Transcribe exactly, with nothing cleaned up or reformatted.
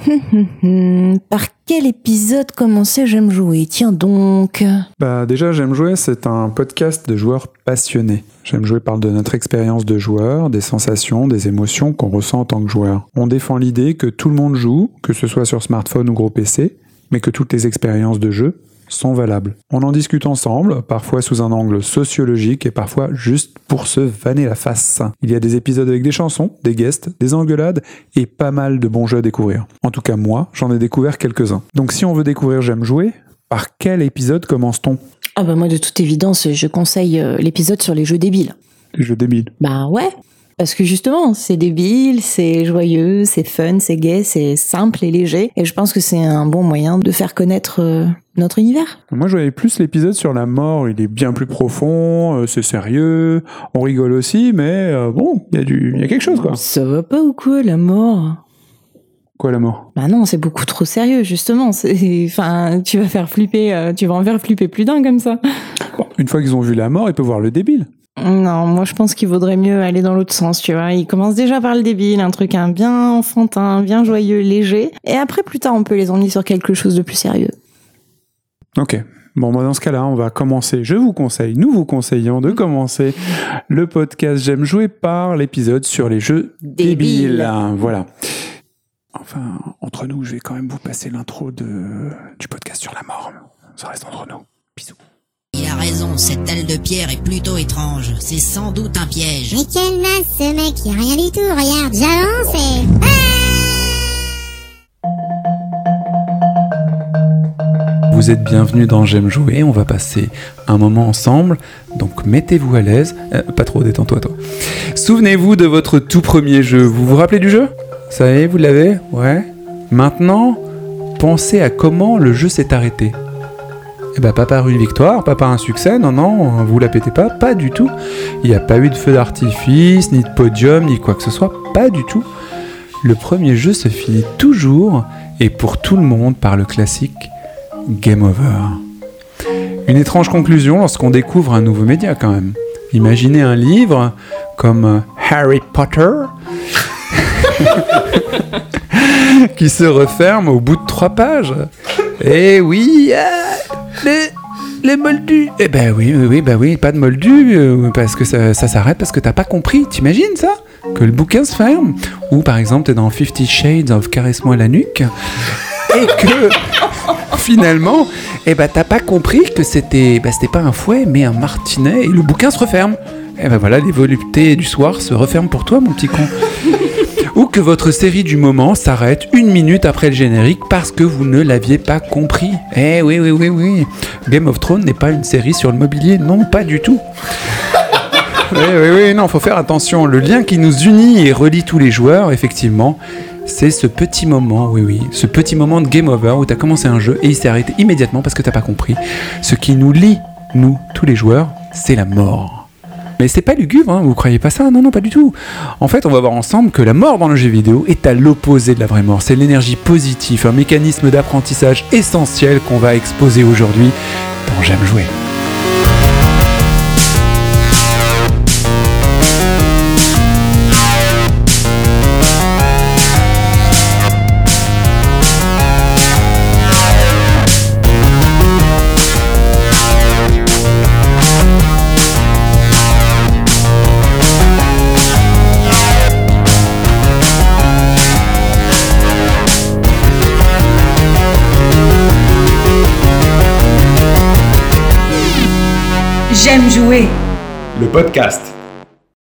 Par quel épisode commencer J'aime jouer? Tiens donc. Bah déjà, J'aime jouer, c'est un podcast de joueurs passionnés. J'aime jouer parle de notre expérience de joueur, des sensations, des émotions qu'on ressent en tant que joueur. On défend l'idée que tout le monde joue, que ce soit sur smartphone ou gros P C, mais que toutes les expériences de jeu sont valables. On en discute ensemble, parfois sous un angle sociologique et parfois juste pour se vanner la face. Il y a des épisodes avec des chansons, des guests, des engueulades et pas mal de bons jeux à découvrir. En tout cas moi, j'en ai découvert quelques-uns. Donc si on veut découvrir J'aime jouer, par quel épisode commence-t-on ? Ah bah moi de toute évidence, je conseille euh, l'épisode sur les jeux débiles. Les jeux débiles. Bah ouais, parce que justement, c'est débile, c'est joyeux, c'est fun, c'est gai, c'est simple et léger. Et je pense que c'est un bon moyen de faire connaître euh, notre univers. Moi, je voyais plus l'épisode sur la mort. Il est bien plus profond, euh, c'est sérieux, on rigole aussi, mais euh, bon, il y a du, il y a quelque chose, quoi. Ça va pas ou quoi, la mort ? Quoi, la mort ? Bah non, c'est beaucoup trop sérieux, justement. C'est... Enfin, tu vas faire flipper, euh, tu vas en faire flipper plus d'un comme ça. Bon, une fois qu'ils ont vu la mort, ils peuvent voir le débile. Non, moi je pense qu'il vaudrait mieux aller dans l'autre sens, tu vois. Il commence déjà par le débile, un truc hein, bien enfantin, bien joyeux, léger. Et après, plus tard, on peut les emmener sur quelque chose de plus sérieux. Ok. Bon, moi, dans ce cas-là, on va commencer. Je vous conseille, nous vous conseillons de commencer le podcast J'aime jouer par l'épisode sur les jeux débiles. débiles. Voilà. Enfin, entre nous, je vais quand même vous passer l'intro de... du podcast sur la mort. Ça reste entre nous. Bisous. Il a raison, cette aile de pierre est plutôt étrange. C'est sans doute un piège. Mais quel naze ce mec, y'a rien du tout, regarde, j'avance et... Ah Vous êtes bienvenus dans J'aime jouer, on va passer un moment ensemble, donc mettez-vous à l'aise. Euh, pas trop, détends-toi toi. Souvenez-vous de votre tout premier jeu, vous vous rappelez du jeu ? Ça y est, vous l'avez ? Ouais. Maintenant, pensez à comment le jeu s'est arrêté. Eh ben, pas par une victoire, pas par un succès, non, non, vous la pétez pas, pas du tout. Il n'y a pas eu de feu d'artifice, ni de podium, ni quoi que ce soit, pas du tout. Le premier jeu se finit toujours, et pour tout le monde, par le classique Game Over. Une étrange conclusion lorsqu'on découvre un nouveau média quand même. Imaginez un livre comme Harry Potter qui se referme au bout de trois pages. Eh oui, ah, les, les moldus. Eh ben oui, oui, oui, ben oui, pas de moldus, euh, parce que ça, ça s'arrête parce que t'as pas compris. T'imagines ça ? Que le bouquin se ferme ? Ou par exemple, t'es dans Fifty Shades of Caresse-moi la nuque, et que finalement, eh ben t'as pas compris que c'était, ben, c'était pas un fouet, mais un martinet, et le bouquin se referme. Et ben voilà, les voluptés du soir se referment pour toi, mon petit con. Ou que votre série du moment s'arrête une minute après le générique parce que vous ne l'aviez pas compris. Eh oui, oui, oui, oui. Game of Thrones n'est pas une série sur le mobilier, non, pas du tout. Oui, oui, oui, non, faut faire attention. Le lien qui nous unit et relie tous les joueurs, effectivement, c'est ce petit moment, oui, oui, ce petit moment de Game Over où t'as commencé un jeu et il s'est arrêté immédiatement parce que t'as pas compris. Ce qui nous lie, nous, tous les joueurs, c'est la mort. Mais c'est pas lugubre, hein, vous croyez pas ça ? Non, non, pas du tout. En fait, on va voir ensemble que la mort dans le jeu vidéo est à l'opposé de la vraie mort. C'est l'énergie positive, un mécanisme d'apprentissage essentiel qu'on va exposer aujourd'hui dans J'aime jouer. J'aime jouer. Le podcast.